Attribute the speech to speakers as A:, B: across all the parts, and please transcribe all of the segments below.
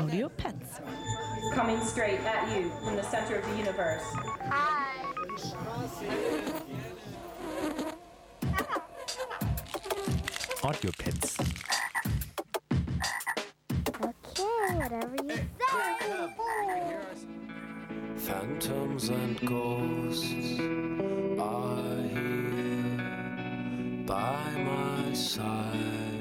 A: Audio Pets.
B: Coming straight at you from the center of the universe.
C: Hi.
A: Audio Pets.
C: Okay, whatever you say.
D: Phantoms and ghosts are here by my side.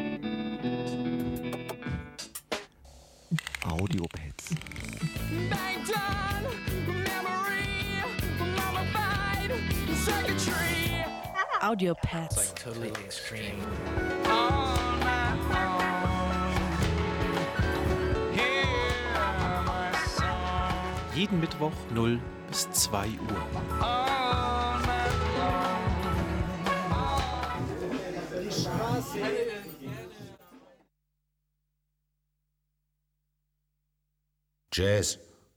A: Audio Pets.
D: Banked on memory, mummified circuitry.
A: Audio Pets.
E: Totally extreme.
D: All night long. Hear my song.
F: Jeden Mittwoch 0 bis 2 Uhr.
D: All night
G: Jazz.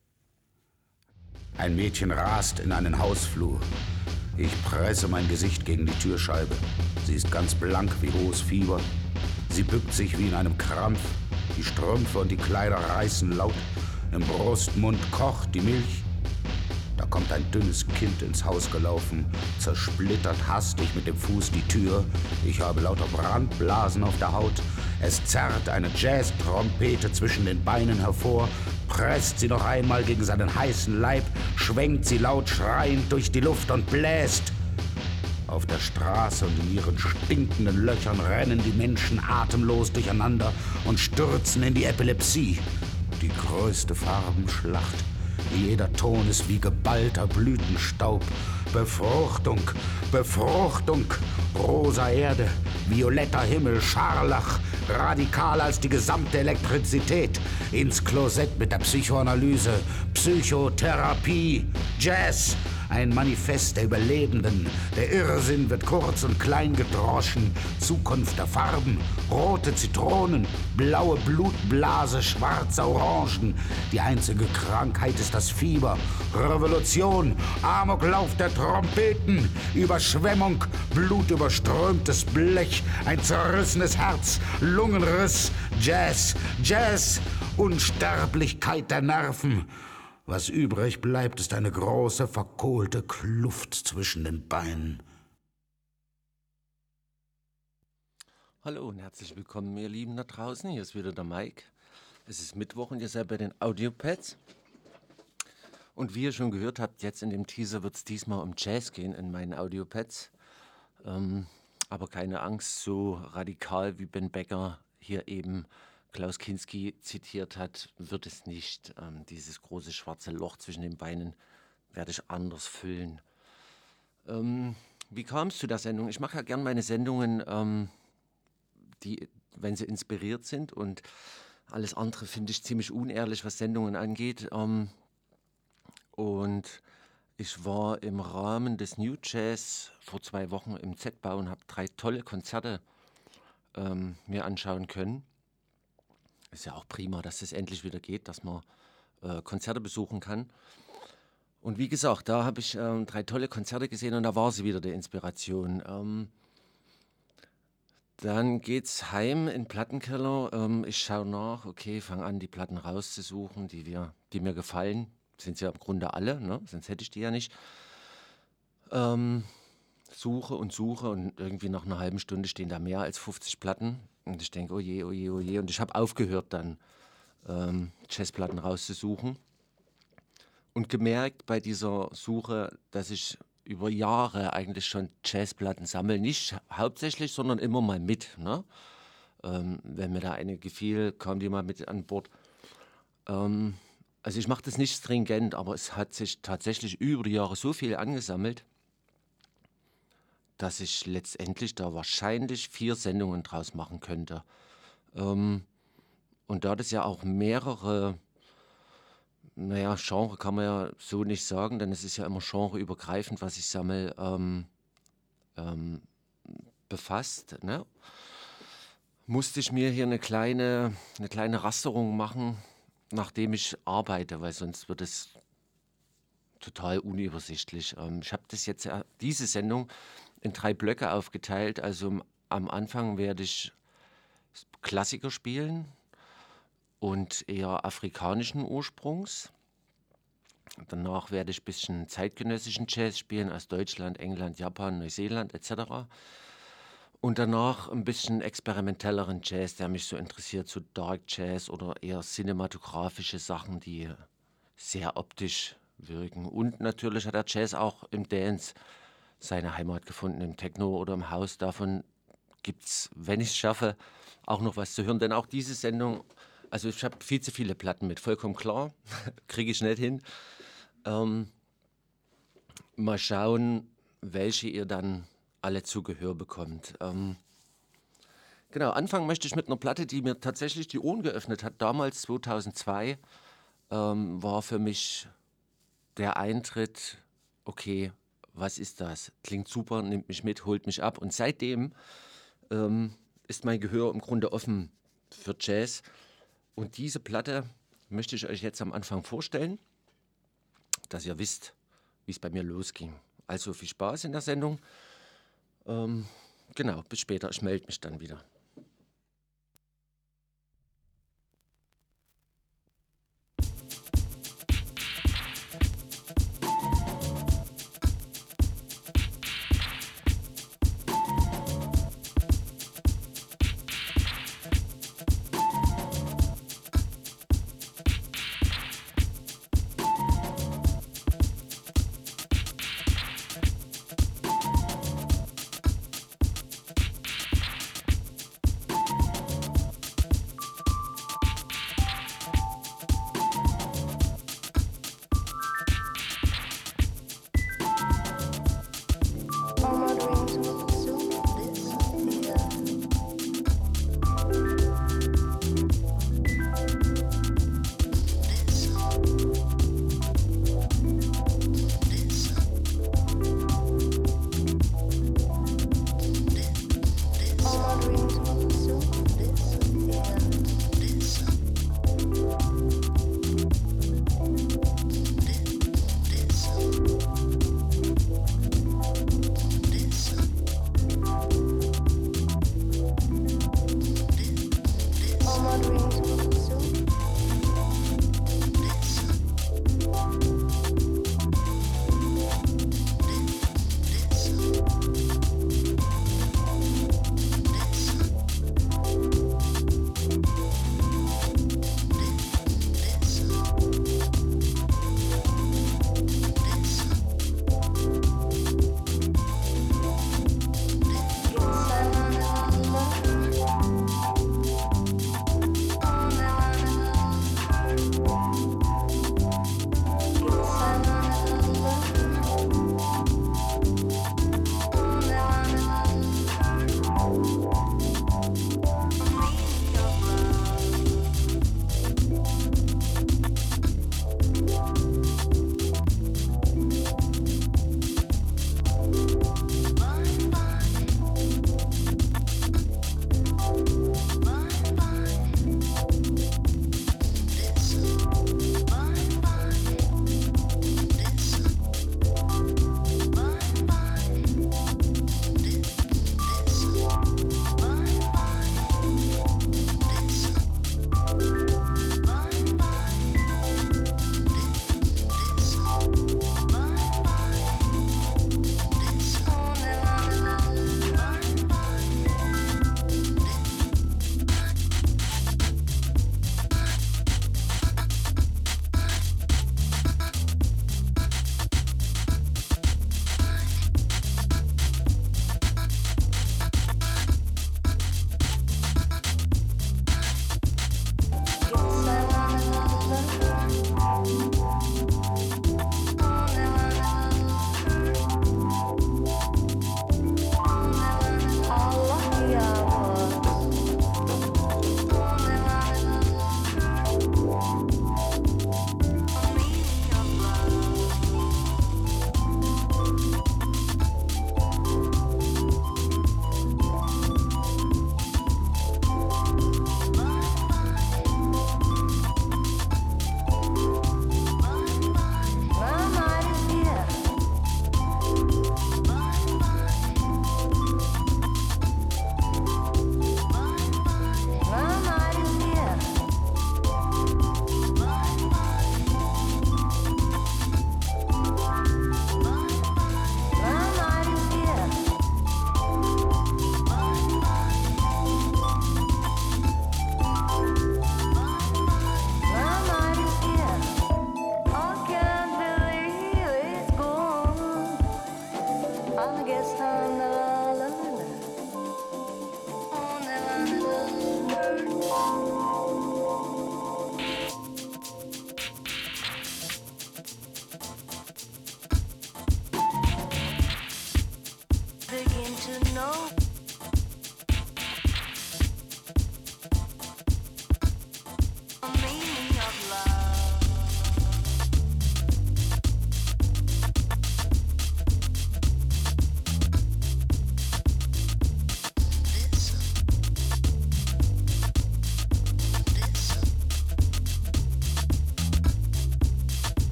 G: Ein Mädchen rast in einen Hausflur. Ich presse mein Gesicht gegen die Türscheibe. Sie ist ganz blank wie hohes Fieber. Sie bückt sich wie in einem Krampf. Die Strümpfe und die Kleider reißen laut. Im Brustmund kocht die Milch. Da kommt ein dünnes Kind ins Haus gelaufen, zersplittert hastig mit dem Fuß die Tür. Ich habe lauter Brandblasen auf der Haut. Es zerrt eine Jazz-Trompete zwischen den Beinen hervor, presst sie noch einmal gegen seinen heißen Leib, schwenkt sie laut schreiend durch die Luft und bläst. Auf der Straße und in ihren stinkenden Löchern rennen die Menschen atemlos durcheinander und stürzen in die Epilepsie. Die größte Farbenschlacht. Jeder Ton ist wie geballter Blütenstaub. Befruchtung, Befruchtung, rosa Erde, violetter Himmel, Scharlach, radikaler als die gesamte Elektrizität. Ins Klosett mit der Psychoanalyse, Psychotherapie, Jazz. Ein Manifest der Überlebenden. Der Irrsinn wird kurz und klein gedroschen. Zukunft der Farben. Rote Zitronen, blaue Blutblase, schwarze Orangen. Die einzige Krankheit ist das Fieber. Revolution, Amoklauf der Trompeten. Überschwemmung, blutüberströmtes Blech. Ein zerrissenes Herz, Lungenriss. Jazz, Jazz, Unsterblichkeit der Nerven. Was übrig bleibt, ist eine große, verkohlte Kluft zwischen den Beinen.
F: Hallo und herzlich willkommen, ihr Lieben da draußen. Hier ist wieder der Mike. Es ist Mittwoch und ihr seid bei den Audio-Pads. Und wie ihr schon gehört habt, jetzt in dem Teaser wird es diesmal um Jazz gehen in meinen Audio-Pads. Aber keine Angst, so radikal wie Ben Becker hier eben Klaus Kinski zitiert hat, wird es nicht. Dieses große schwarze Loch zwischen den Beinen werde ich anders füllen. Wie kam es zu der Sendung? Ich mache ja gern meine Sendungen, die, wenn sie inspiriert sind, und alles andere finde ich ziemlich unehrlich, was Sendungen angeht. Und ich war im Rahmen des New Jazz vor 2 Wochen im Z-Bau und habe 3 tolle Konzerte mir anschauen können. Ist ja auch prima, dass es endlich wieder geht, dass man Konzerte besuchen kann. Und wie gesagt, da habe ich 3 tolle Konzerte gesehen und da war sie wieder, die Inspiration. Dann geht's heim in den Plattenkeller. Ich schaue nach, okay, fange an, die Platten rauszusuchen, die mir gefallen. Sind sie ja im Grunde alle, ne? Sonst hätte ich die ja nicht. Suche und irgendwie nach einer halben Stunde stehen da mehr als 50 Platten. Und ich denke, oh je, oh je, oh je. Und ich habe aufgehört dann, Jazzplatten rauszusuchen. Und gemerkt bei dieser Suche, dass ich über Jahre eigentlich schon Jazzplatten sammle. Nicht hauptsächlich, sondern immer mal mit. Ne? Wenn mir da eine gefiel, kam die mal mit an Bord. Also ich mache das nicht stringent, aber es hat sich tatsächlich über die Jahre so viel angesammelt, dass ich letztendlich da wahrscheinlich 4 Sendungen draus machen könnte. Und da das ja auch mehrere, Genre kann man ja so nicht sagen, denn es ist ja immer genreübergreifend, was ich sammle, befasst, ne? Musste ich mir hier eine kleine Rasterung machen, nachdem ich arbeite, weil sonst wird es total unübersichtlich. Ich habe das jetzt, diese Sendung, in 3 Blöcke aufgeteilt. Also am Anfang werde ich Klassiker spielen, und eher afrikanischen Ursprungs. Danach werde ich ein bisschen zeitgenössischen Jazz spielen aus Deutschland, England, Japan, Neuseeland etc. Und danach ein bisschen experimentelleren Jazz, der mich so interessiert, so Dark Jazz oder eher cinematografische Sachen, die sehr optisch wirken. Und natürlich hat der Jazz auch im Dance seine Heimat gefunden, im Techno oder im House. Davon gibt es, wenn ich es schaffe, auch noch was zu hören. Denn auch diese Sendung, also ich habe viel zu viele Platten mit, vollkommen klar, kriege ich nicht hin. Mal schauen, welche ihr dann alle zu Gehör bekommt. Genau, anfangen möchte ich mit einer Platte, die mir tatsächlich die Ohren geöffnet hat. Damals, 2002, war für mich der Eintritt, okay, was ist das? Klingt super, nimmt mich mit, holt mich ab. Und seitdem ist mein Gehör im Grunde offen für Jazz. Und diese Platte möchte ich euch jetzt am Anfang vorstellen, dass ihr wisst, wie es bei mir losging. Also viel Spaß in der Sendung. Genau, bis später. Ich melde mich dann wieder.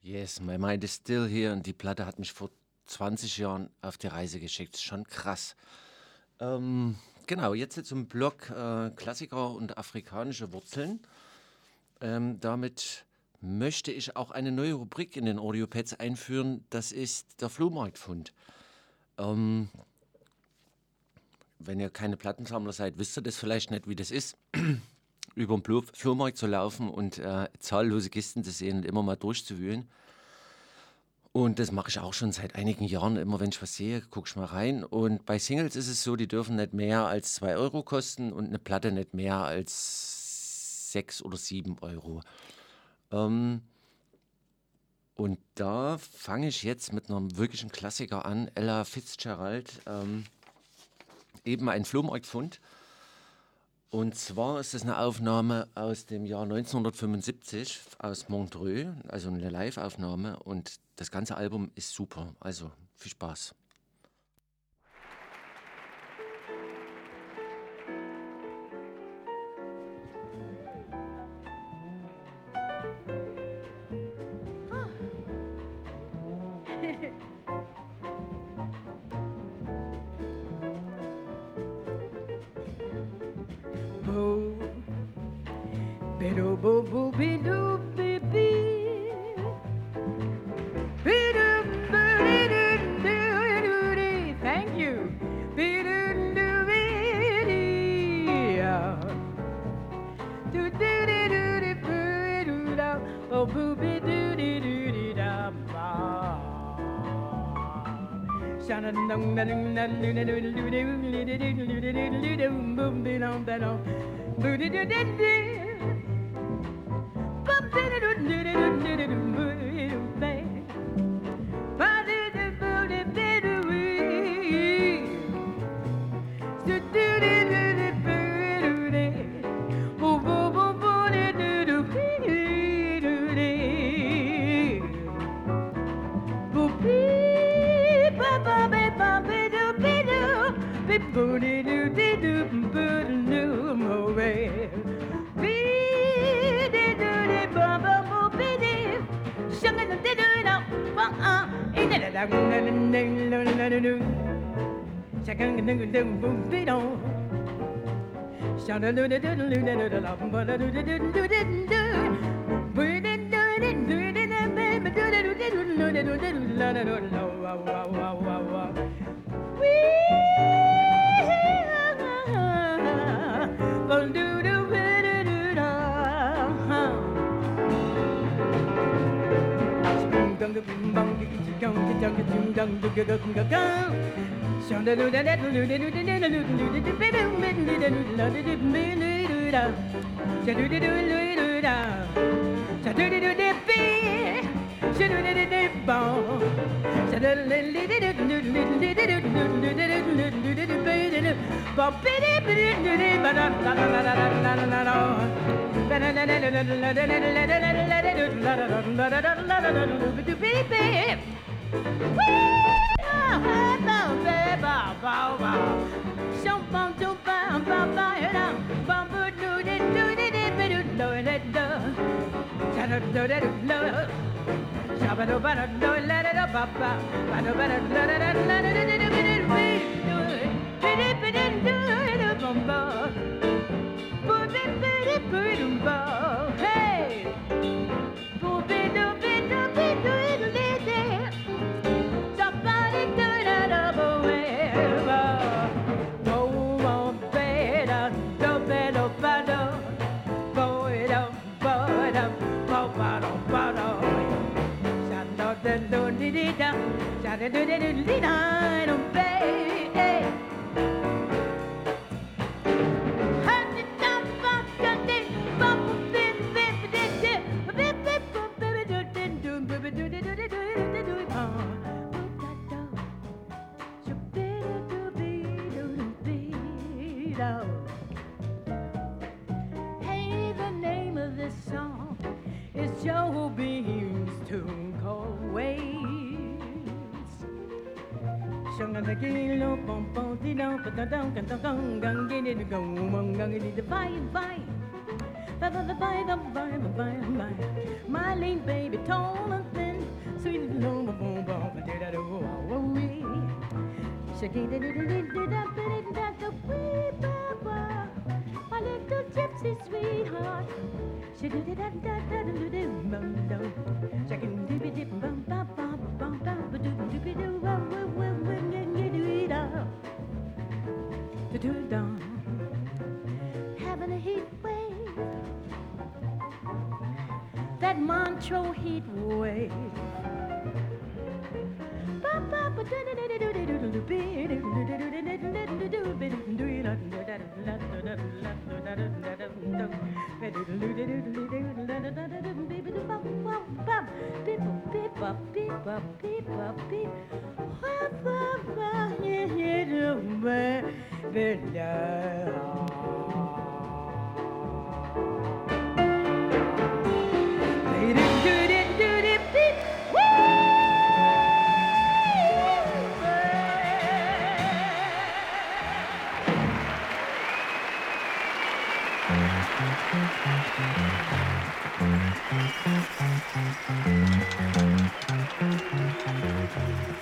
F: Yes, my mind is still here. Und die Platte hat mich vor 20 Jahren auf die Reise geschickt. Ist schon krass. Genau, jetzt zum Blog Klassiker und afrikanische Wurzeln. Damit möchte ich auch eine neue Rubrik in den Audiopads einführen. Das ist der Flohmarktfund. Wenn ihr keine Plattensammler seid, wisst ihr das vielleicht nicht, wie das ist, über den Flohmarkt zu laufen und zahllose Kisten zu sehen und immer mal durchzuwühlen. Und das mache ich auch schon seit einigen Jahren. Immer wenn ich was sehe, gucke ich mal rein. Und bei Singles ist es so, die dürfen nicht mehr als 2 Euro kosten und eine Platte nicht mehr als 6 oder 7 Euro. Und da fange ich jetzt mit einem wirklichen Klassiker an, Ella Fitzgerald, eben ein Flohmarktfund. Und zwar ist es eine Aufnahme aus dem Jahr 1975 aus Montreux, also eine Live-Aufnahme. Und das ganze Album ist super, also viel Spaß.
E: Thank you. Hey, the name of this song is Joe Beam's tune called Waves. Shanganaquilo, pom pom, dino, patadong, cantong, gangin, and go, mongangin, the fine, fine. My lean baby, tall and thin, My little gypsy sweetheart. She do da da da da da da bum dum. Shakin dibby dip bum bum bum bum bum ba do dibby do bum bum bum bum do da do dum. Having a heat wave, that Montreux heat wave.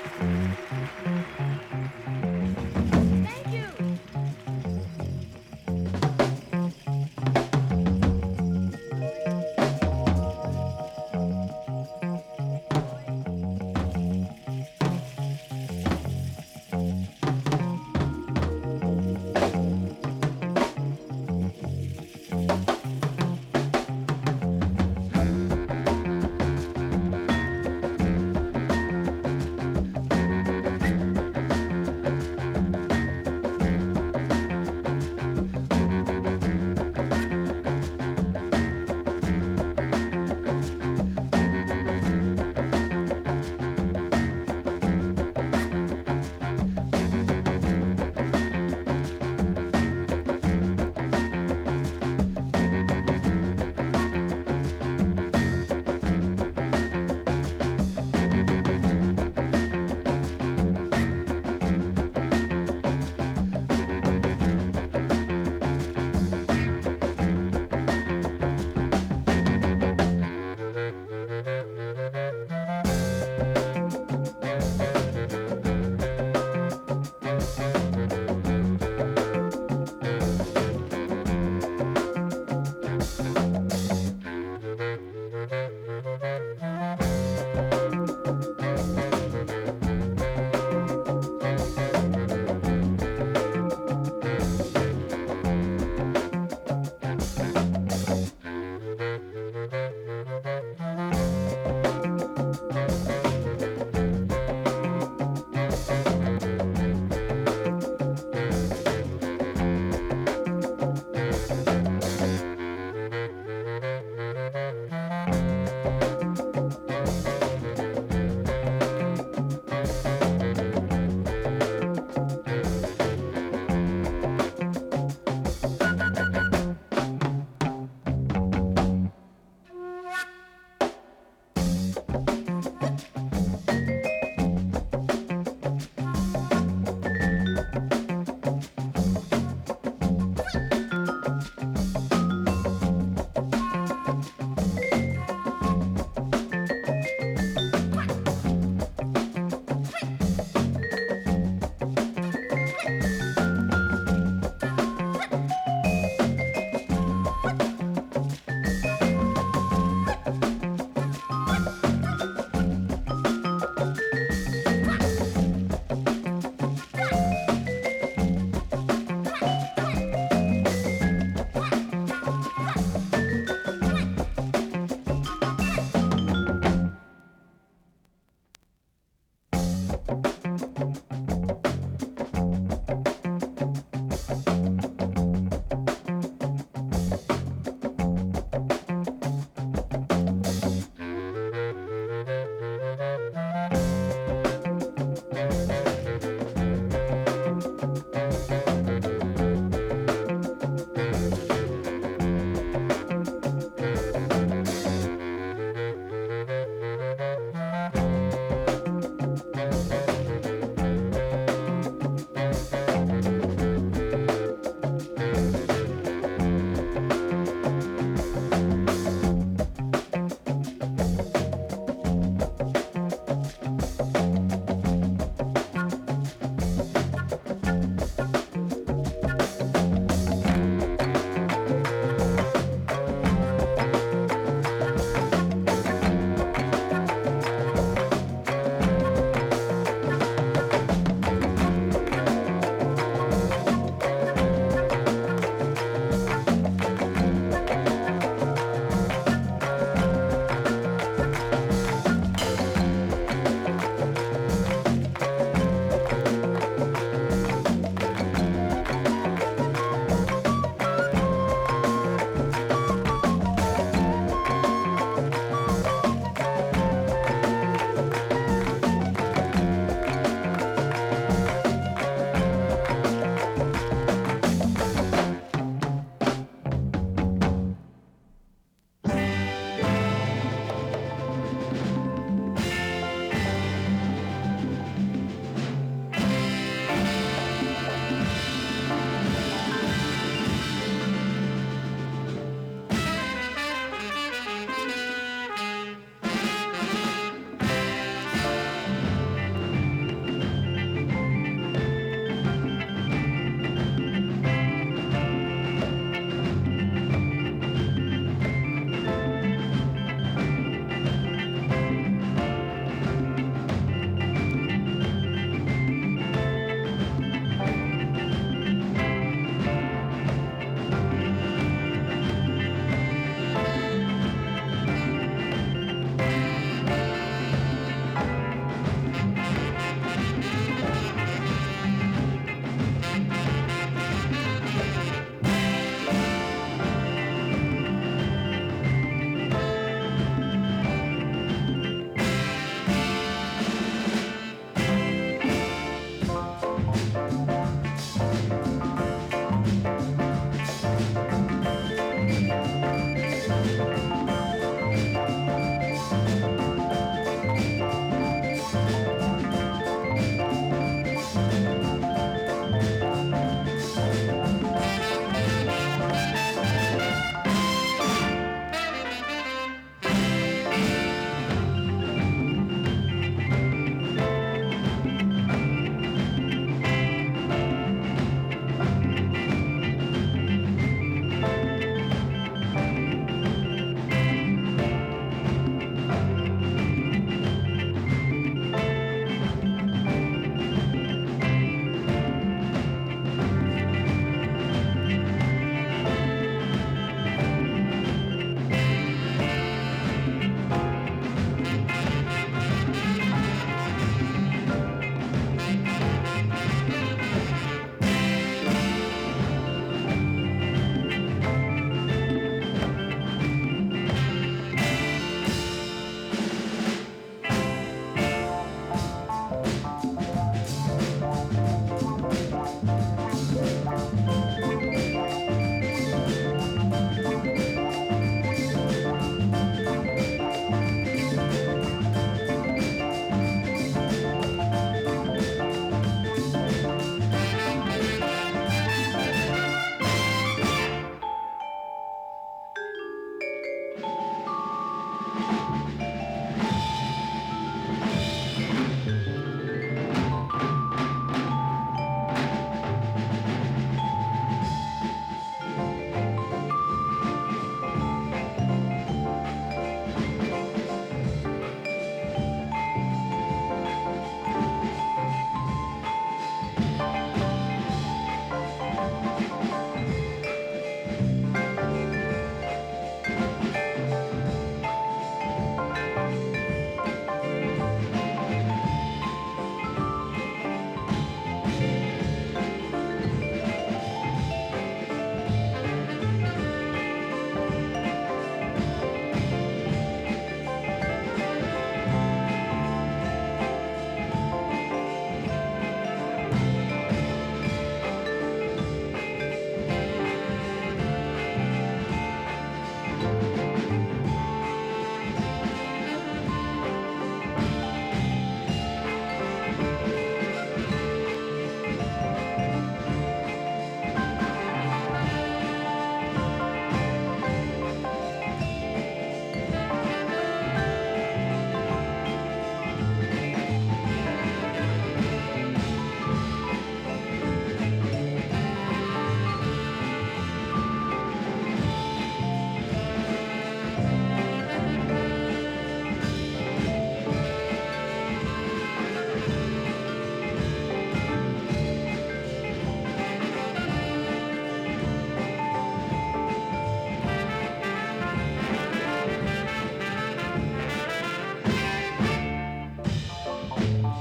E: Thank you.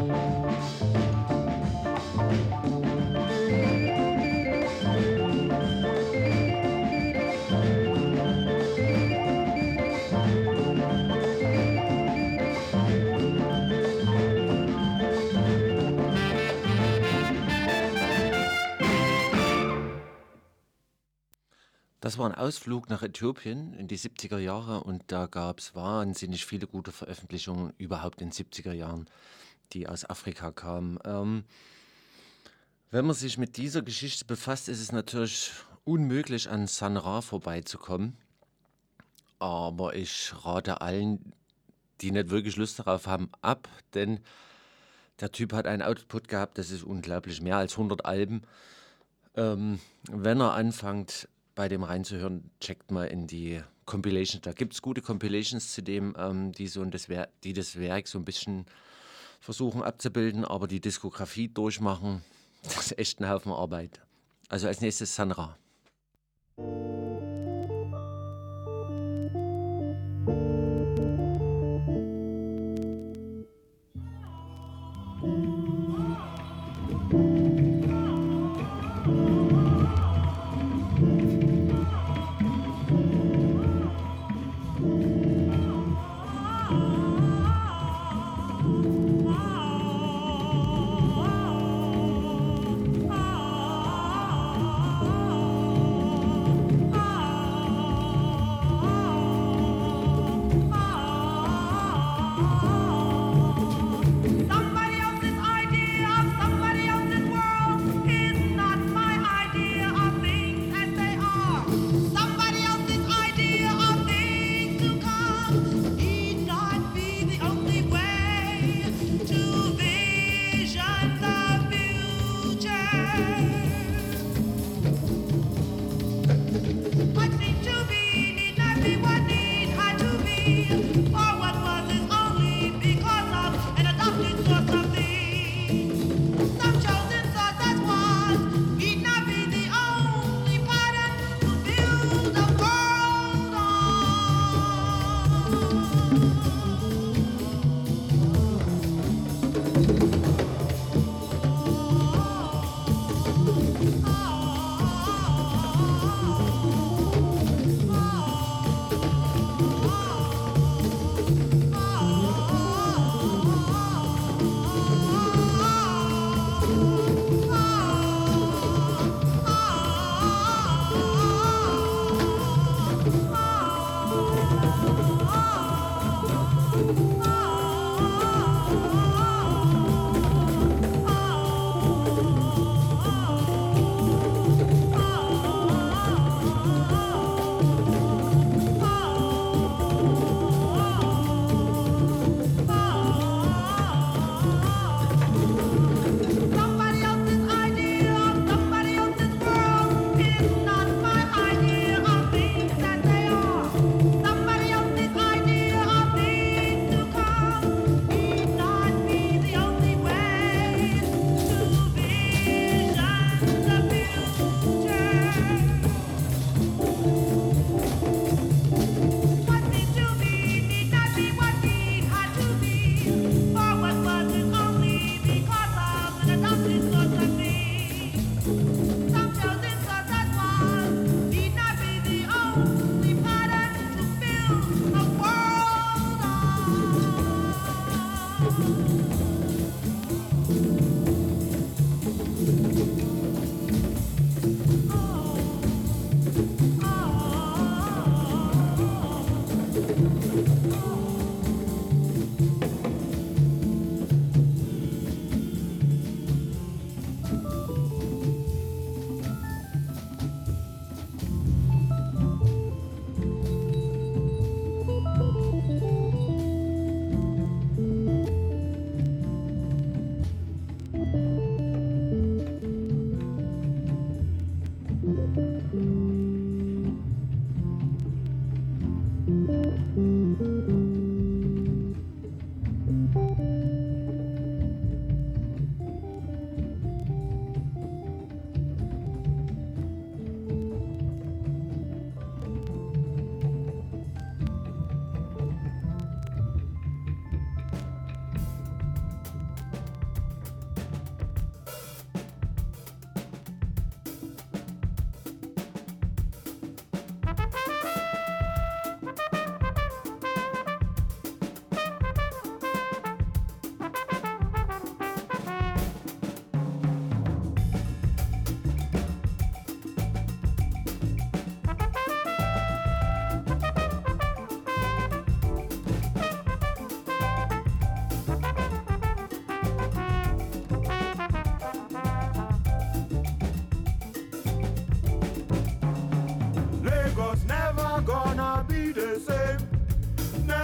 F: Das war ein Ausflug nach Äthiopien in die 70er Jahre und da gab es wahnsinnig viele gute Veröffentlichungen überhaupt in den 70er Jahren, die aus Afrika kamen. Wenn man sich mit dieser Geschichte befasst, ist es natürlich unmöglich, an Sun Ra vorbeizukommen. Aber ich rate allen, die nicht wirklich Lust darauf haben, ab, denn der Typ hat einen Output gehabt, das ist unglaublich, mehr als 100 Alben. Wenn er anfängt, bei dem reinzuhören, checkt mal in die Compilations. Da gibt es gute Compilations zu dem, die das Werk so ein bisschen versuchen abzubilden, aber die Diskografie durchmachen, das ist echt ein Haufen Arbeit. Also als nächstes Sun Ra.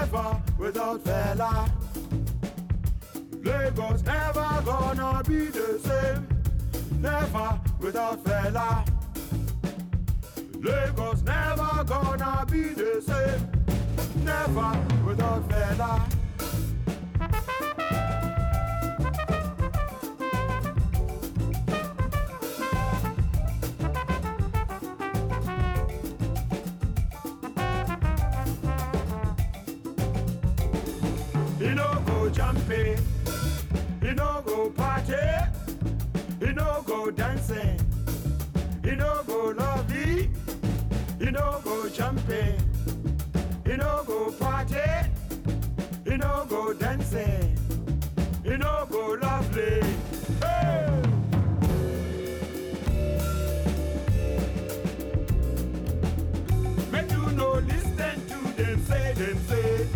H: never without Fela. Lagos never gonna be the same, never without Fela. Lagos never gonna be the same, never without Fela. He no go jumping, he no go party, he no go dancing, he no go lovey, he no go jumping, he no go party, he no go dancing, he no go lovely. Hey! Make you no listen to them say, them say.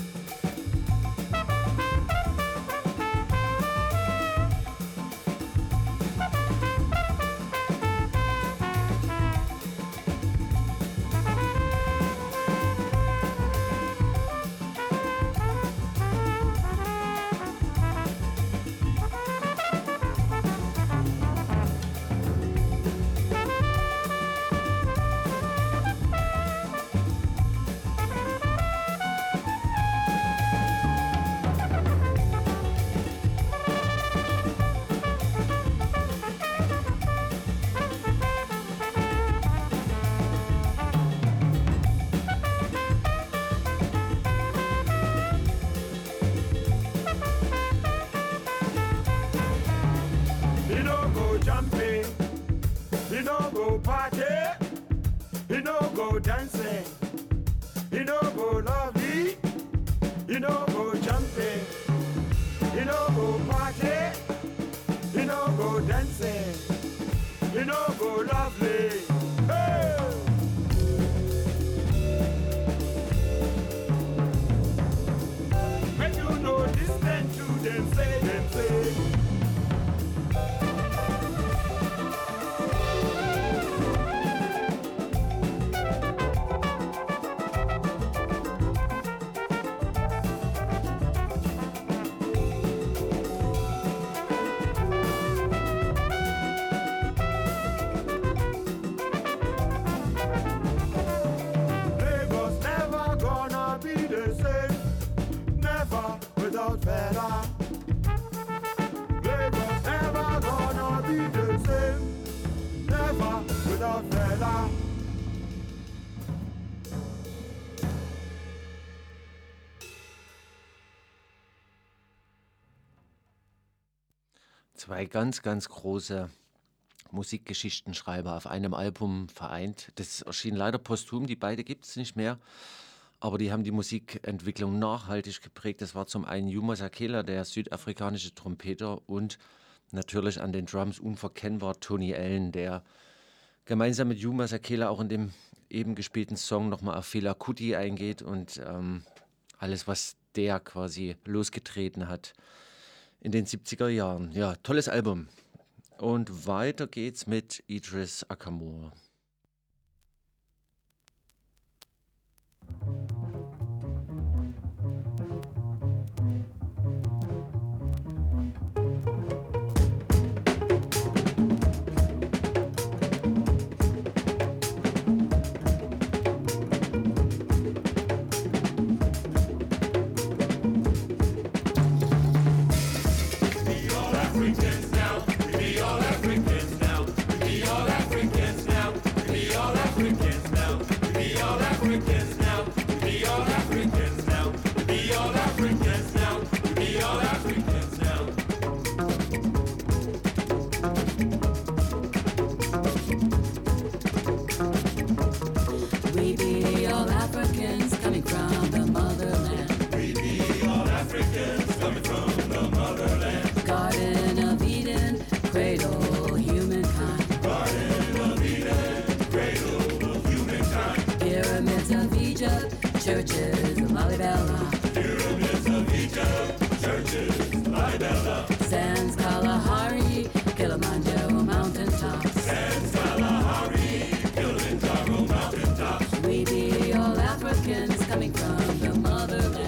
H: Dancing, you know go lovely, you know go jumping, you know go party, you know go dancing, you know go lovely. Hey! Make you know listen to them say, them say. Without Fela, Lagos never gonna be the same, never without Fela.
F: Zwei ganz, ganz große Musikgeschichtenschreiber auf einem Album vereint. Das erschien leider posthum, die beide gibt es nicht mehr. Aber die haben die Musikentwicklung nachhaltig geprägt. Das war zum einen Yuma Sakela, der südafrikanische Trompeter, und natürlich an den Drums unverkennbar Tony Allen, der gemeinsam mit Yuma Sakela auch in dem eben gespielten Song nochmal auf Fela Kuti eingeht und alles, was der quasi losgetreten hat in den 70er Jahren. Ja, tolles Album. Und weiter geht's mit Idris Ackamoor.
I: Churches of Lalibela. Pyramids of Egypt, churches, Lalibela. Sands, Kalahari, Kilimanjaro mountaintops. Sands, Kalahari, Kilimanjaro mountaintops. We be all Africans coming from the motherland.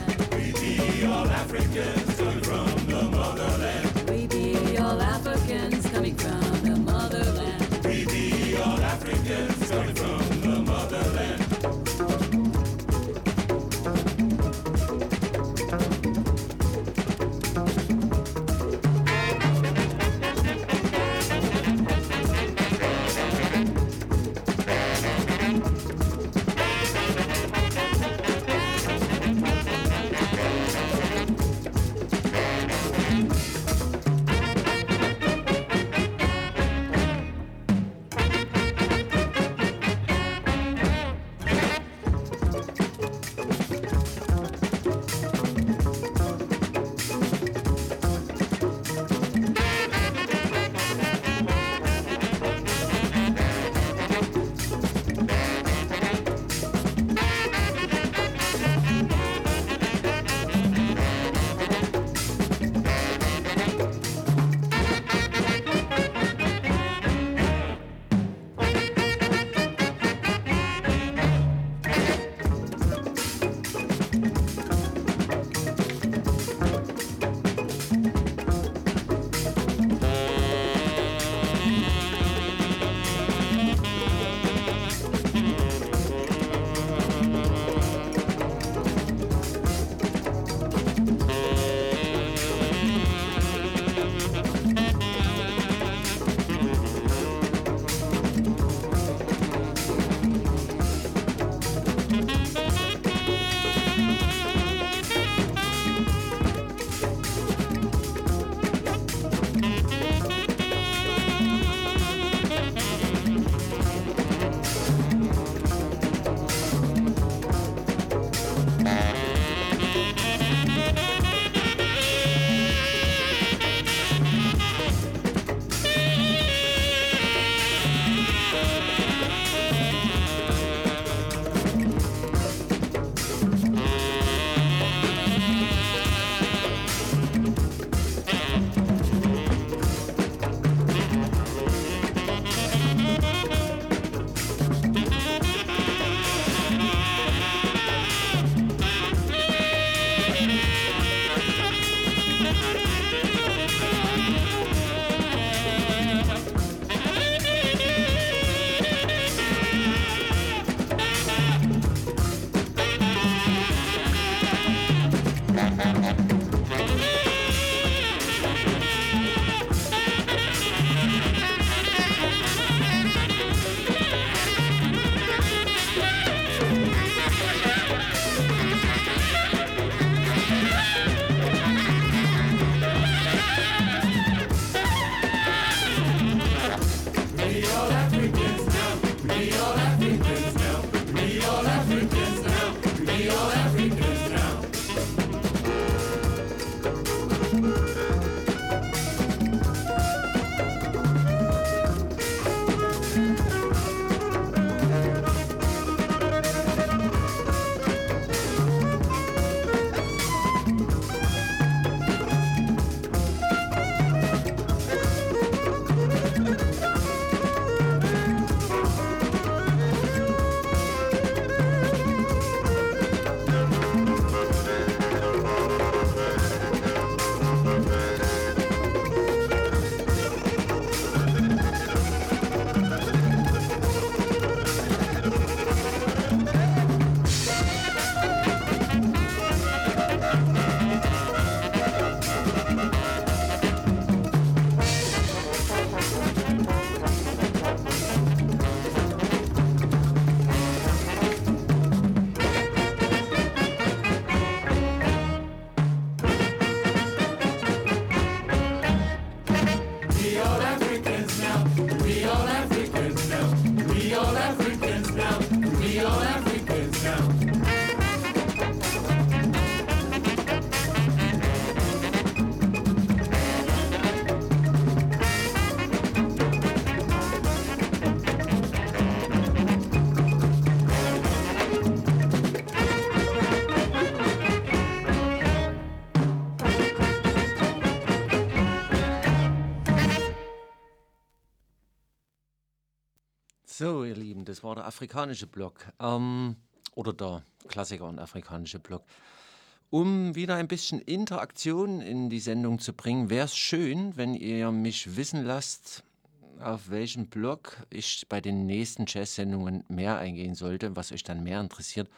F: So, ihr Lieben, das war der afrikanische Block. Oder der Klassiker und afrikanische Block. Um wieder ein bisschen Interaktion in die Sendung zu bringen, wäre es schön, wenn ihr mich wissen lasst, auf welchen Block ich bei den nächsten Jazz-Sendungen mehr eingehen sollte, was euch dann mehr interessiert.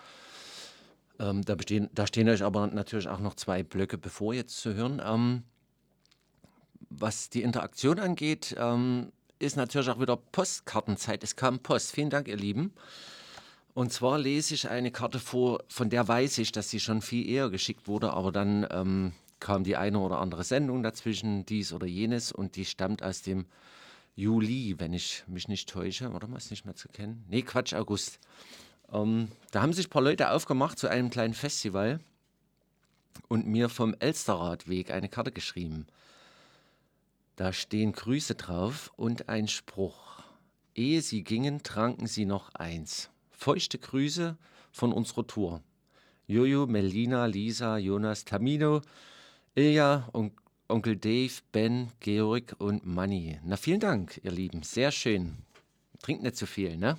F: Da stehen euch aber natürlich auch noch 2 Blöcke bevor jetzt zu hören. Was die Interaktion angeht, ist natürlich auch wieder Postkartenzeit. Es kam Post. Vielen Dank, ihr Lieben. Und zwar lese ich eine Karte vor, von der weiß ich, dass sie schon viel eher geschickt wurde, aber dann kam die eine oder andere Sendung dazwischen, dies oder jenes, und die stammt aus dem Juli, wenn ich mich nicht täusche. Warte mal, ist nicht mehr zu kennen. Nee, Quatsch, August. Da haben sich ein paar Leute aufgemacht zu einem kleinen Festival und mir vom Elsterradweg eine Karte geschrieben. Da stehen Grüße drauf und ein Spruch. Ehe sie gingen, tranken sie noch eins. Feuchte Grüße von unserer Tour. Jojo, Melina, Lisa, Jonas, Tamino, Ilja, Onkel Dave, Ben, Georg und Manni. Na, vielen Dank, ihr Lieben. Sehr schön. Trinkt nicht zu viel, ne?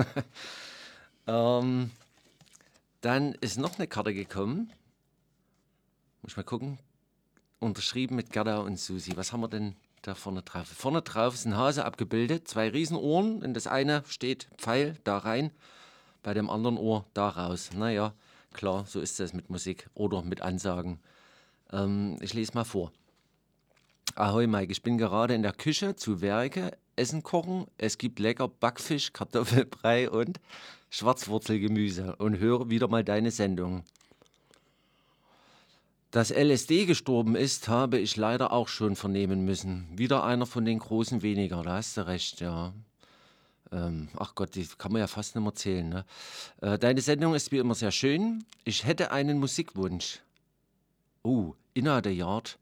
F: Dann ist noch eine Karte gekommen. Muss ich mal gucken. Unterschrieben mit Gerda und Susi. Was haben wir denn da vorne drauf? Vorne drauf ist ein Hase abgebildet. 2 Riesenohren. In das eine steht Pfeil da rein. Bei dem anderen Ohr da raus. Naja, klar, so ist es mit Musik oder mit Ansagen. Ich lese mal vor. Ahoi Mike, ich bin gerade in der Küche zu Werke, Essen kochen. Es gibt lecker Backfisch, Kartoffelbrei und Schwarzwurzelgemüse und höre wieder mal deine Sendung. Dass LSD gestorben ist, habe ich leider auch schon vernehmen müssen. Wieder einer von den Großen weniger, da hast du recht, ja. Ach Gott, die kann man ja fast nicht mehr zählen, ne? Deine Sendung ist wie immer sehr schön. Ich hätte einen Musikwunsch. Inna the Yard.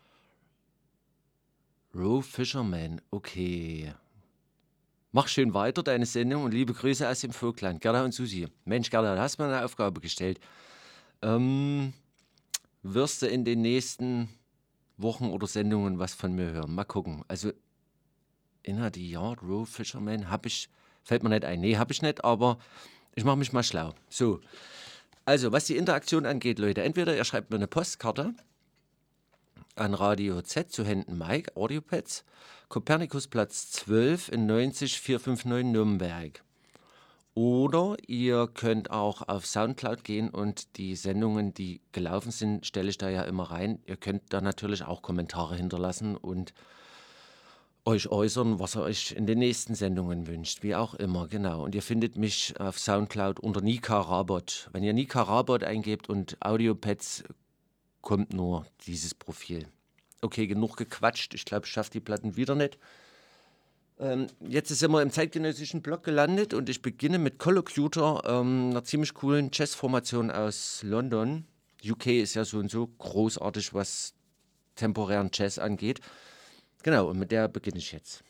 F: Roe Fisherman, okay. Mach schön weiter deine Sendung und liebe Grüße aus dem Vogtland. Gerda und Susi. Mensch, Gerda, da hast du mir eine Aufgabe gestellt. Wirst du in den nächsten Wochen oder Sendungen was von mir hören? Mal gucken. Also, Inna the Yard, Roe Fisherman, fällt mir nicht ein. Nee, hab ich nicht, aber ich mache mich mal schlau. So, also, was die Interaktion angeht, Leute, entweder ihr schreibt mir eine Postkarte an Radio Z zu Händen Mike, Audiopads, Kopernikusplatz 12 in 90459 Nürnberg. Oder ihr könnt auch auf Soundcloud gehen und die Sendungen, die gelaufen sind, stelle ich da ja immer rein. Ihr könnt da natürlich auch Kommentare hinterlassen und euch äußern, was ihr euch in den nächsten Sendungen wünscht, wie auch immer, genau. Und ihr findet mich auf Soundcloud unter Nika Rabot. Wenn ihr Nika Rabot eingebt und Audiopads, kommt nur dieses Profil. Okay, genug gequatscht. Ich glaube, ich schaffe die Platten wieder nicht. Jetzt sind wir im zeitgenössischen Block gelandet und ich beginne mit Collocutor, einer ziemlich coolen Jazzformation aus London. UK ist ja so und so großartig, was temporären Jazz angeht. Genau, und mit der beginne ich jetzt.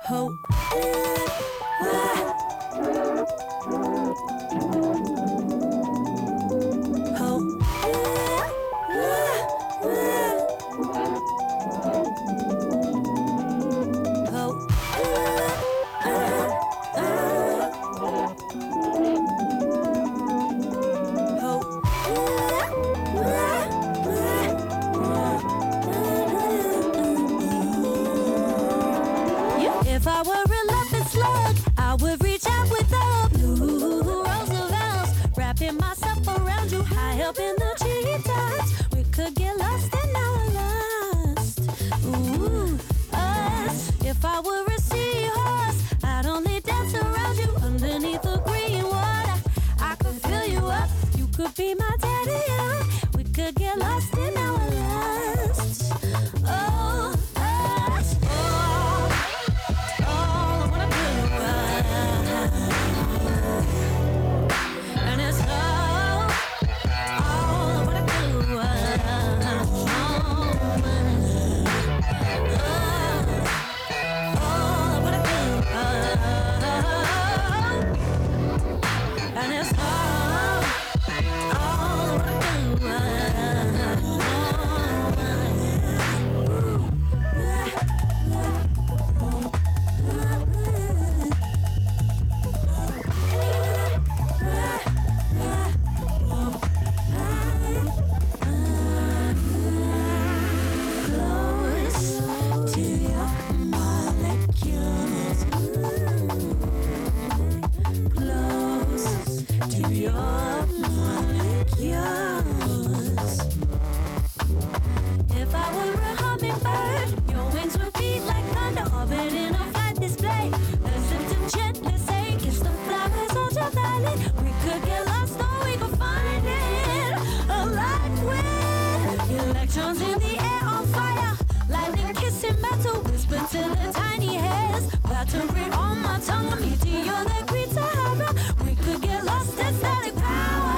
I: Ho. If I were a loving slug, I would reach out with a blue rose of bells, wrapping myself around you high up in the treetops. We could get lost in our lust. Ooh, us. If I were a seahorse, I'd only dance around you underneath the green water. I could fill you up, you could be my daddy. Yeah. We could get lost in our lust. Oh, us. All I wanna do, and it's all I wanna do, all I wanna do, and it's all I If I were a hummingbird, your wings would beat like thunder, orbit in a flight display. Listen to gently say, kiss the flowers on your valley. We could get lost or we could find it. Alive with electrons in the air on fire, lightning kissing metal, whisper to the tiny hairs. Battery on my tongue, a meteor that greets Sahara. We could get lost in static power.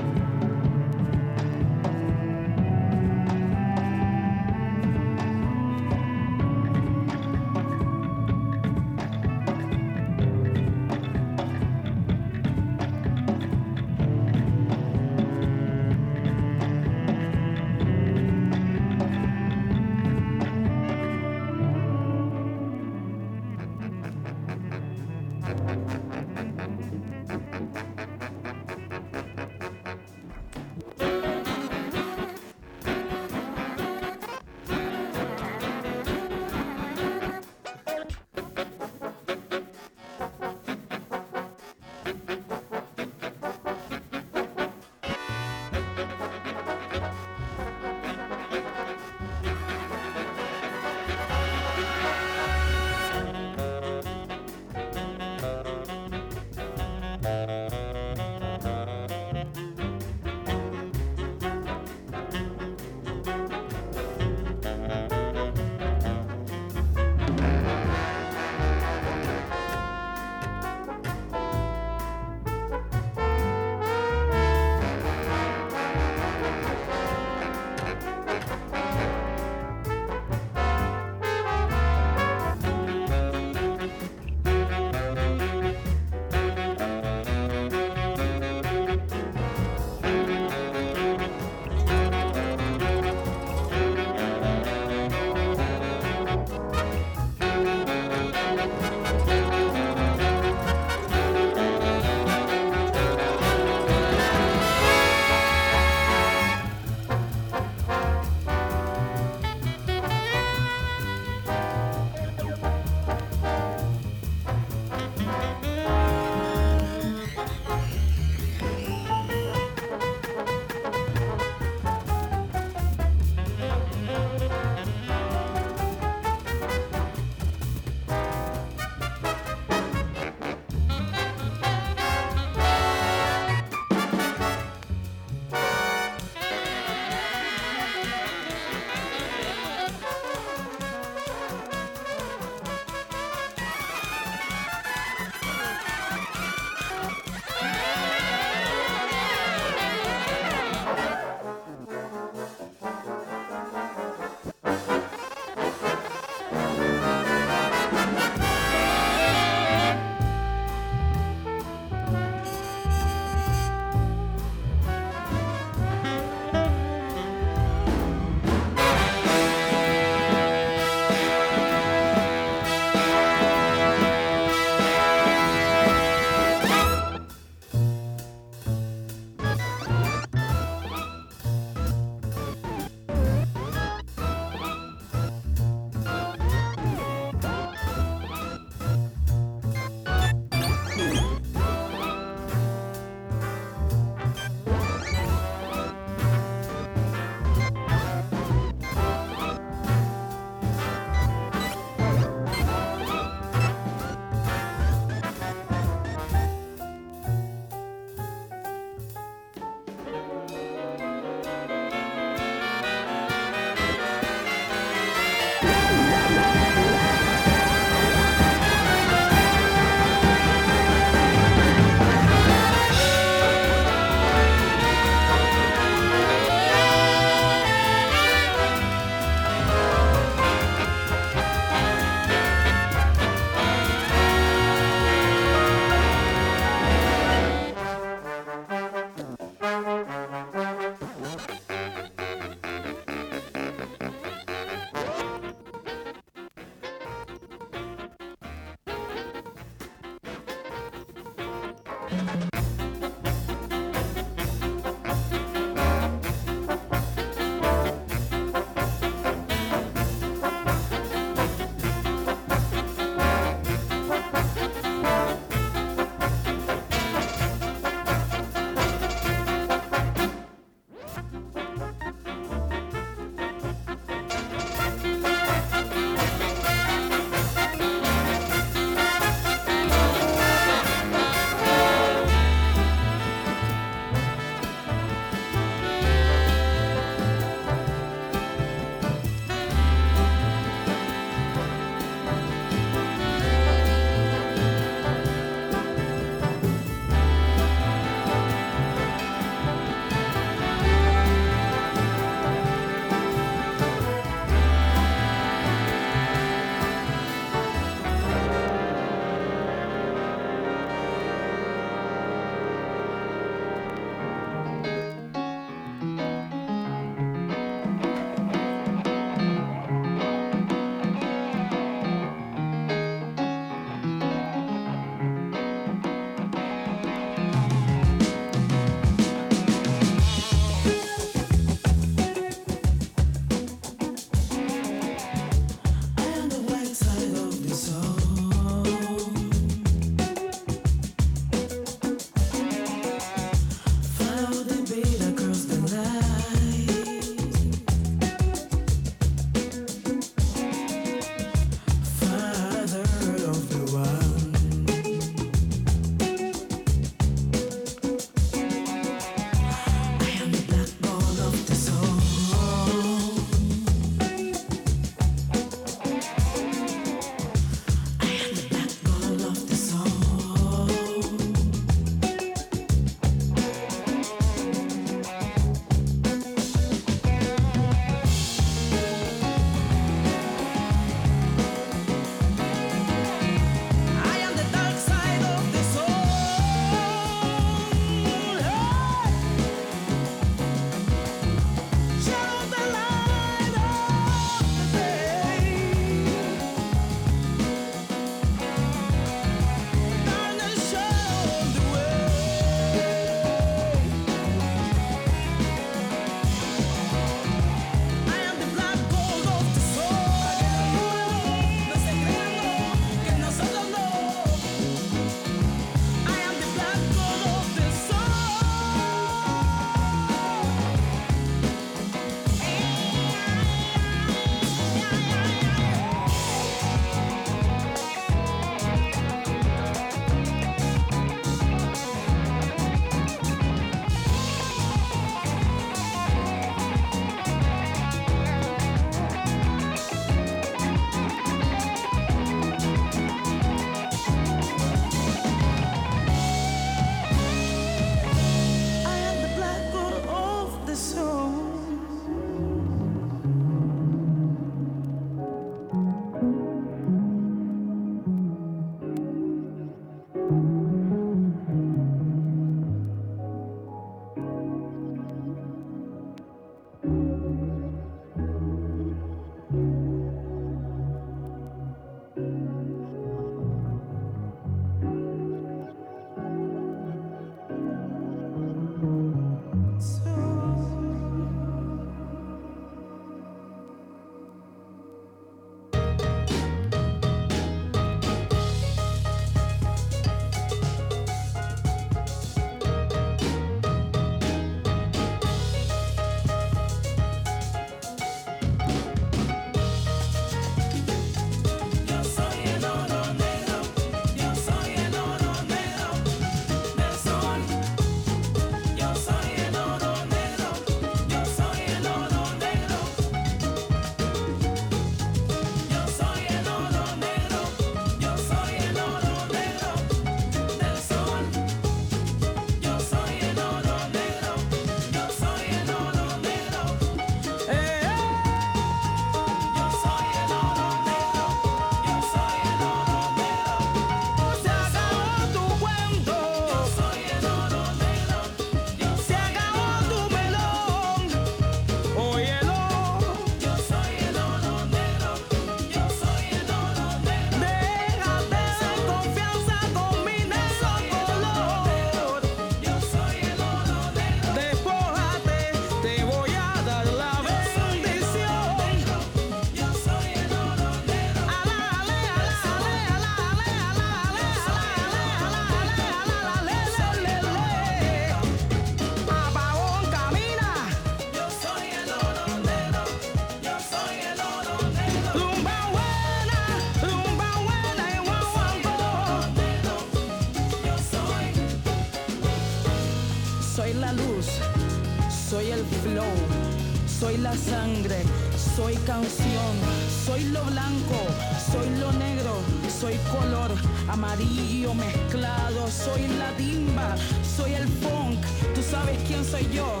J: soy la sangre, soy canción, soy lo blanco, soy lo negro, soy color amarillo mezclado, soy la timba, soy el funk, tú sabes quién soy yo.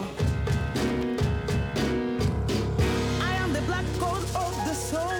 J: I am the black gold of the soul.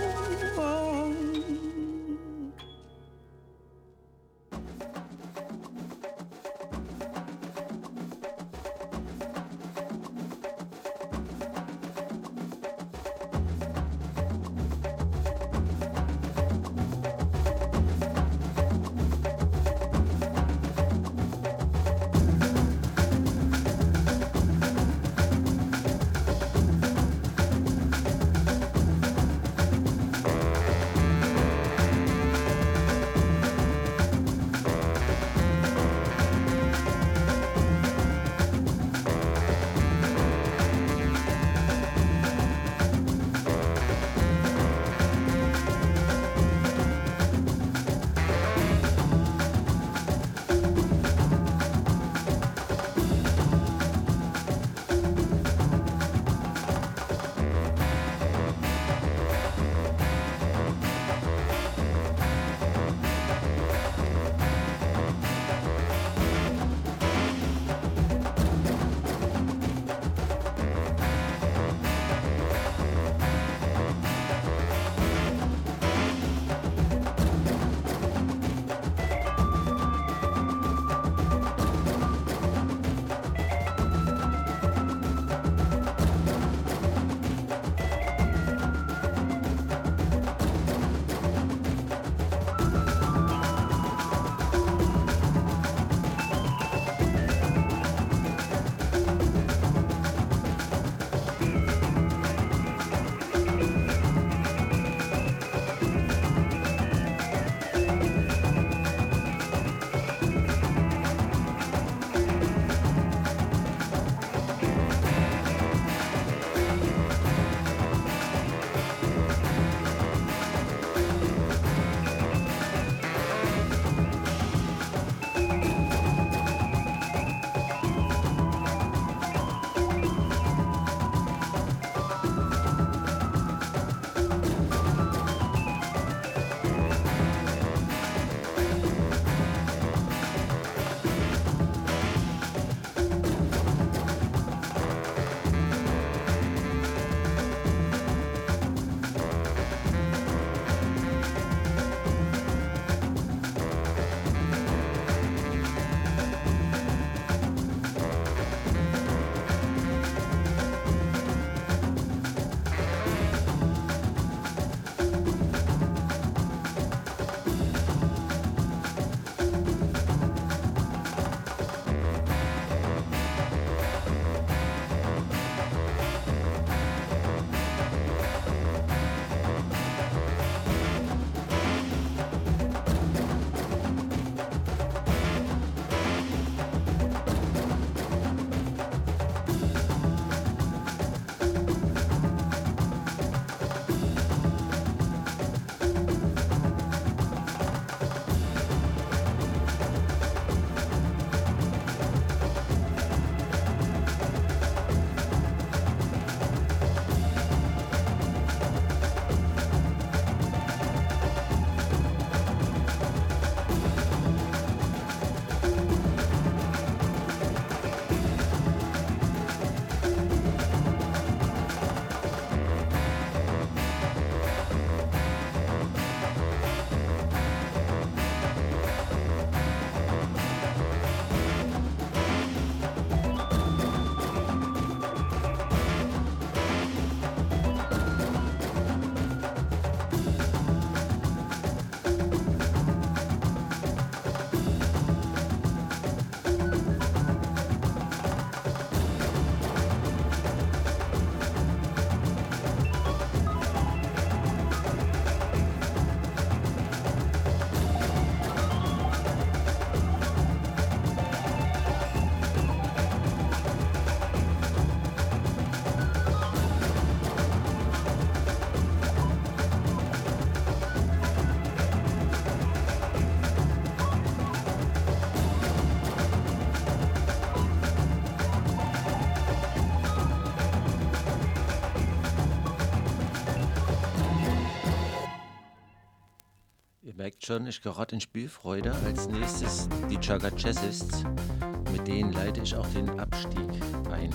F: Ihr merkt schon, ich gerate in Spielfreude. Als nächstes die Chaga Jazzists. Mit denen leite ich auch den Abstieg ein.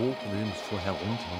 F: hoch, will es vorher runter.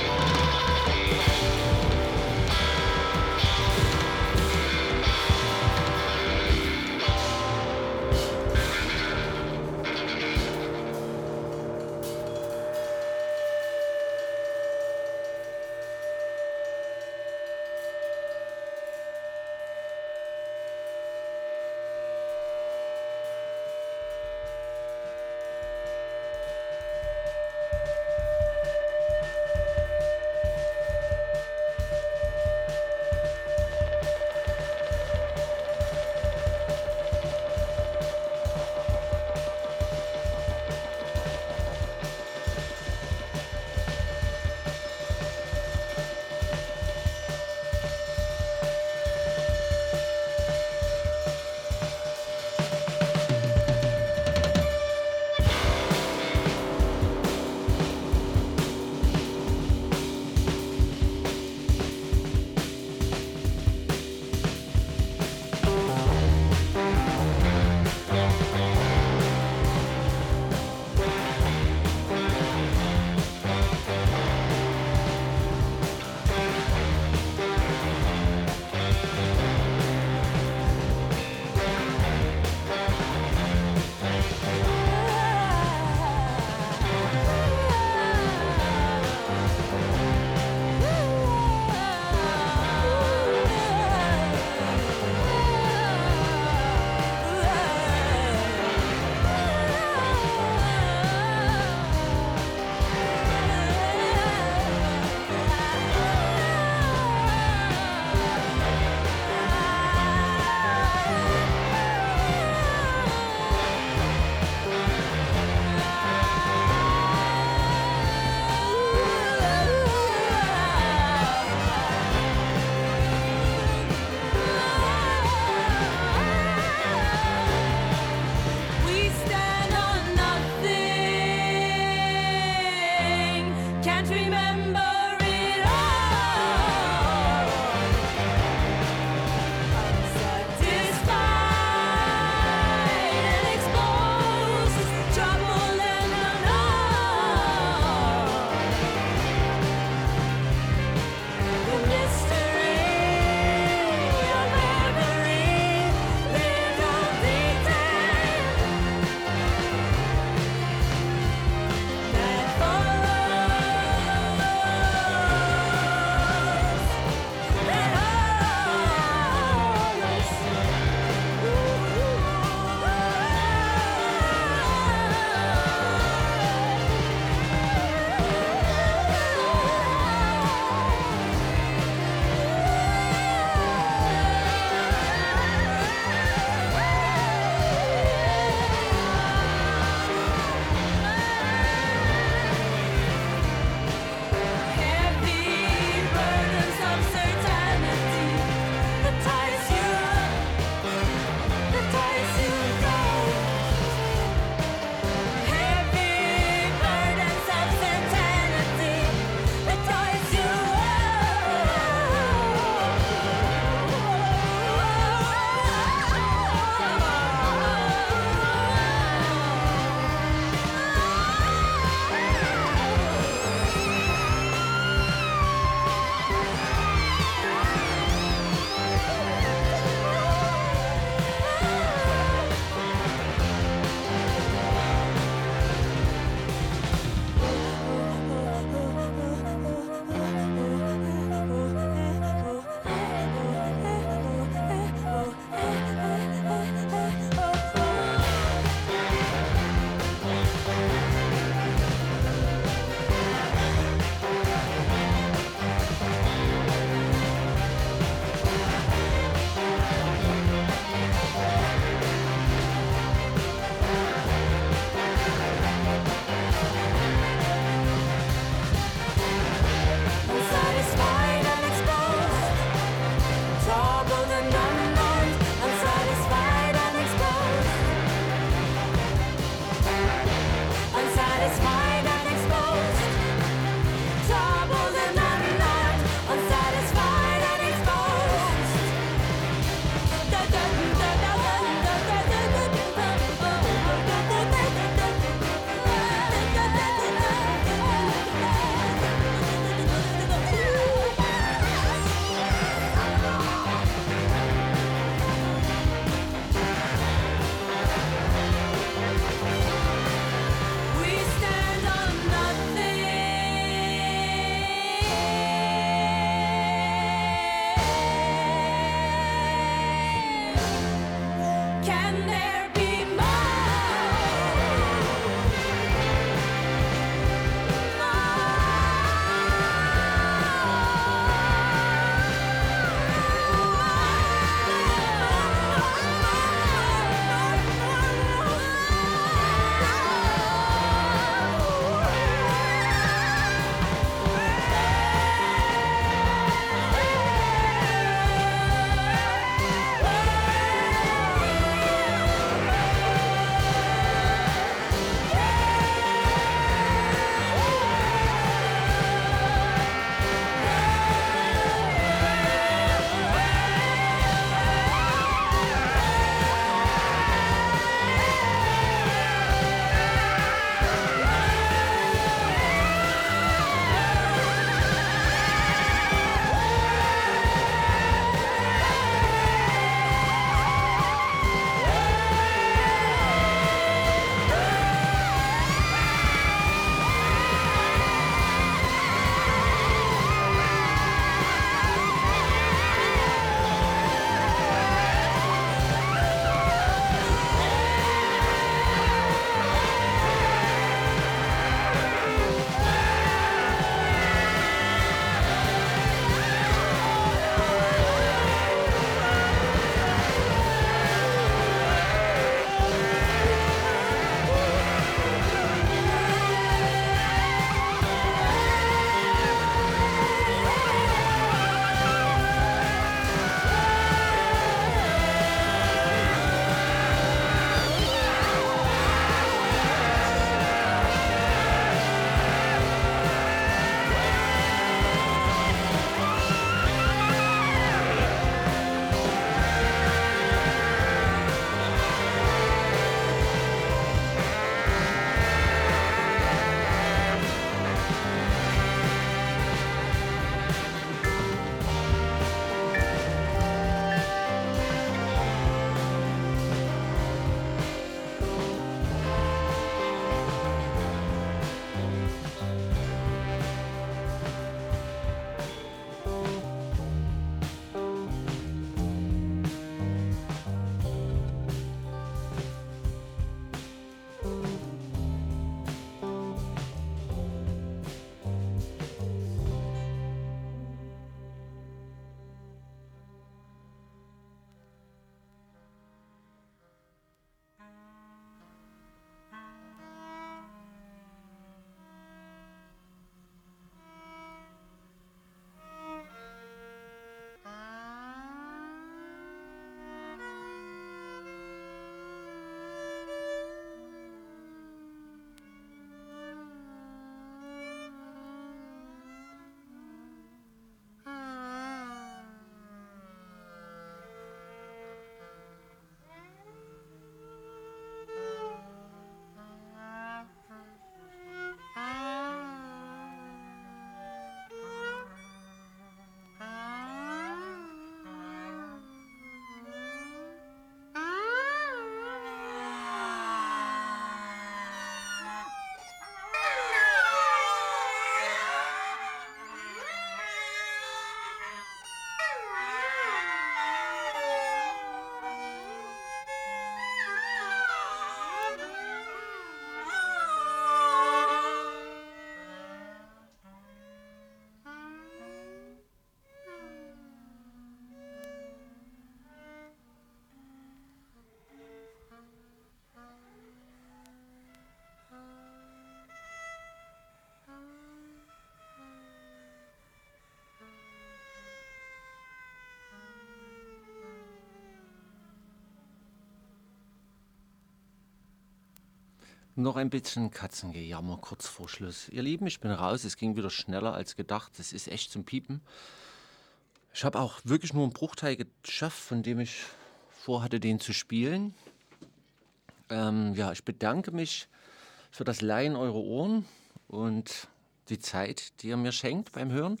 F: Noch ein bisschen Katzengejammer kurz vor Schluss. Ihr Lieben, ich bin raus. Es ging wieder schneller als gedacht. Das ist echt zum Piepen. Ich habe auch wirklich nur einen Bruchteil geschafft, von dem ich vorhatte, den zu spielen. Ja, ich bedanke mich für das Leihen eurer Ohren und die Zeit, die ihr mir schenkt beim Hören.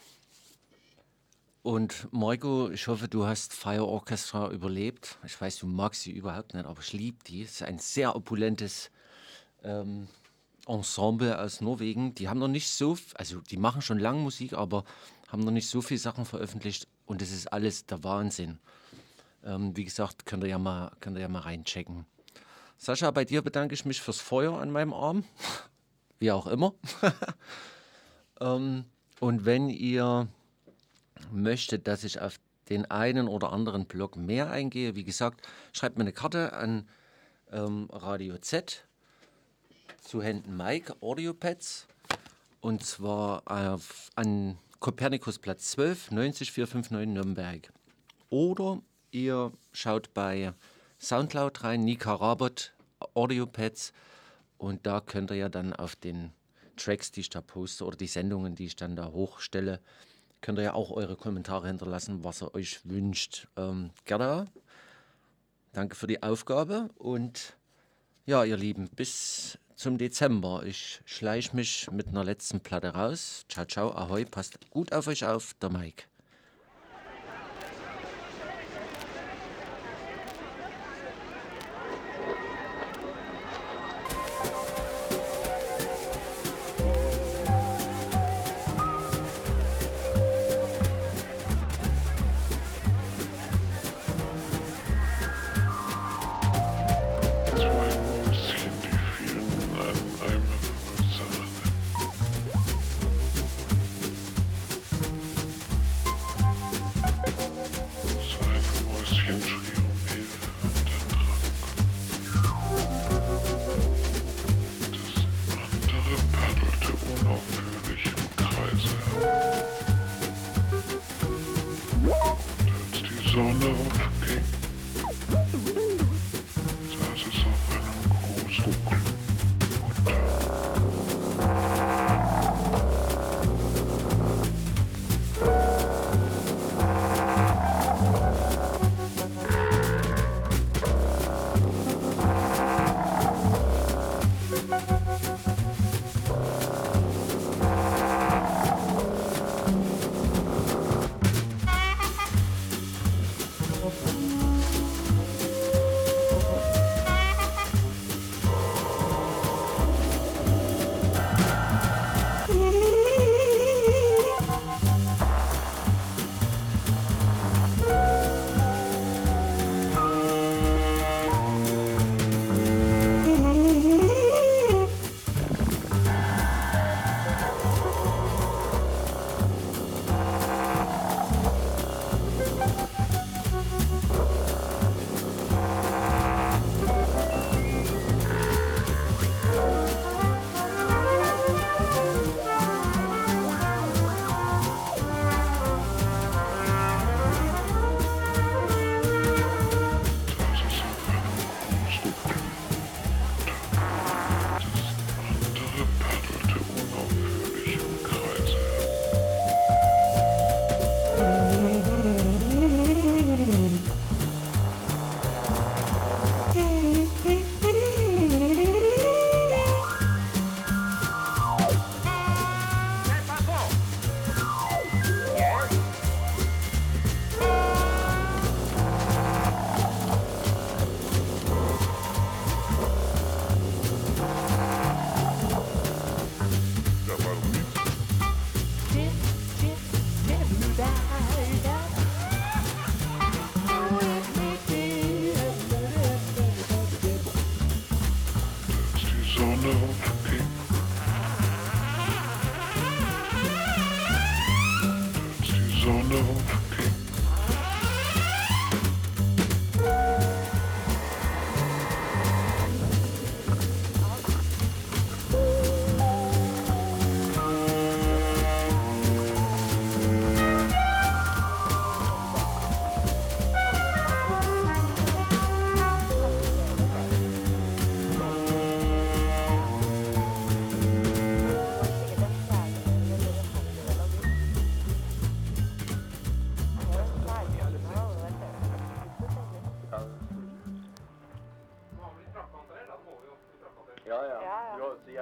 F: Und Marco, ich hoffe, du hast Fire Orchestra überlebt. Ich weiß, du magst sie überhaupt nicht, aber ich liebe die. Es ist ein sehr opulentes Ensemble aus Norwegen. Die haben noch nicht so, also die machen schon lange Musik, aber haben noch nicht so viele Sachen veröffentlicht. Und das ist alles der Wahnsinn. Wie gesagt, könnt ihr ja mal reinchecken. Sascha, bei dir bedanke ich mich fürs Feuer an meinem Arm. Wie auch immer. Und wenn ihr möchtet, dass ich auf den einen oder anderen Blog mehr eingehe, wie gesagt, schreibt mir eine Karte an Radio Z zu Händen Mike, Audiopads, und zwar an Kopernikusplatz 12, 90459 Nürnberg. Oder ihr schaut bei Soundcloud rein, Nika Rabot, Audiopads, und da könnt ihr ja dann auf den Tracks, die ich da poste, oder die Sendungen, die ich dann da hochstelle, könnt ihr ja auch eure Kommentare hinterlassen, was ihr euch wünscht. Gerda, danke für die Aufgabe und ja, ihr Lieben, bis zum Dezember. Ich schleiche mich mit einer letzten Platte raus. Ciao, ciao, ahoi, passt gut auf euch auf, der Mike.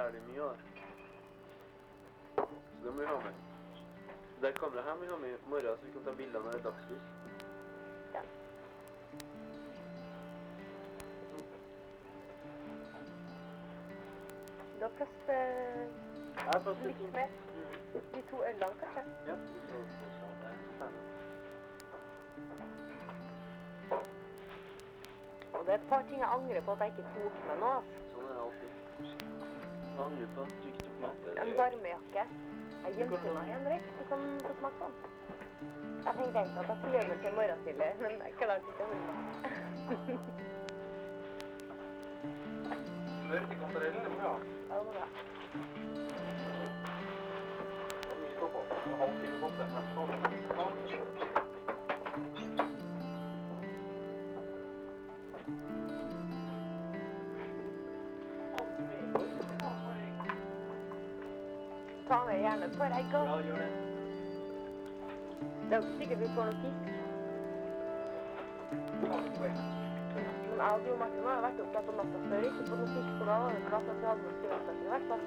K: jævlig mye av det. Så det må vi ha med. Det kameraet her må vi ha med i morgen, så vi kan ta bilder når det er dagslys.
L: Ja. Du har plass til litt mer. De 2 ølene, kanskje?
K: Ja, det er spennende.
L: Og det er et par ting jeg angrer på at jeg ikke tok med nå.
K: Sånn er det alltid. Jeg angrer på at du ikke tok med.
L: En varmejakke. Jeg gjemte meg, Henrik. Du kan få smake på den. Jeg tenkte egentlig at jeg skulle gjøre den til morgen tidlig, men jeg klarte ikke å holde meg.
K: Smør til kantarellen, det må vi ha.
L: Ja, det må vi ha.
K: Det er mye stå på. Det er halv time på det.
L: Ta med gjerne et par egg også.
K: Ja, gjør det.
L: Det er jo ikke sikkert vi får noe fisk. Men jeg og Jo Martin har vært opptatt om natta før, ikke på noe fisk, og da var det klart at vi hadde noe skjønnestetter i hvert fall.